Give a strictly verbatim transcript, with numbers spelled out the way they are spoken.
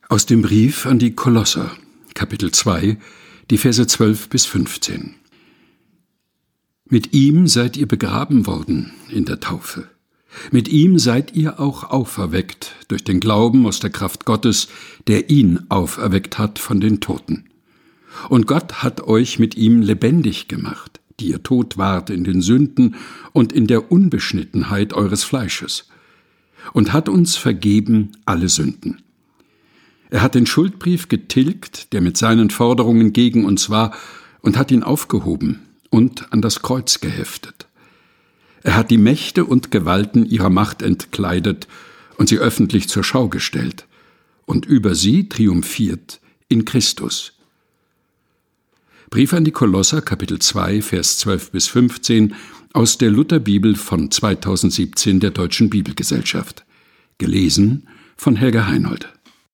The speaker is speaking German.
Aus dem Brief an die Kolosser, Kapitel zwei, die Verse zwölf bis fünfzehn. Mit ihm seid ihr begraben worden in der Taufe. Mit ihm seid ihr auch auferweckt durch den Glauben aus der Kraft Gottes, der ihn auferweckt hat von den Toten. Und Gott hat euch mit ihm lebendig gemacht, die ihr tot wart in den Sünden und in der Unbeschnittenheit eures Fleisches, und hat uns vergeben alle Sünden. Er hat den Schuldbrief getilgt, der mit seinen Forderungen gegen uns war, und hat ihn aufgehoben und an das Kreuz geheftet. Er hat die Mächte und Gewalten ihrer Macht entkleidet und sie öffentlich zur Schau gestellt und über sie triumphiert in Christus. Brief an die Kolosser, Kapitel zwei, Vers zwölf bis fünfzehn, aus der Lutherbibel von zweitausendsiebzehn der Deutschen Bibelgesellschaft. Gelesen von Helga Heinold.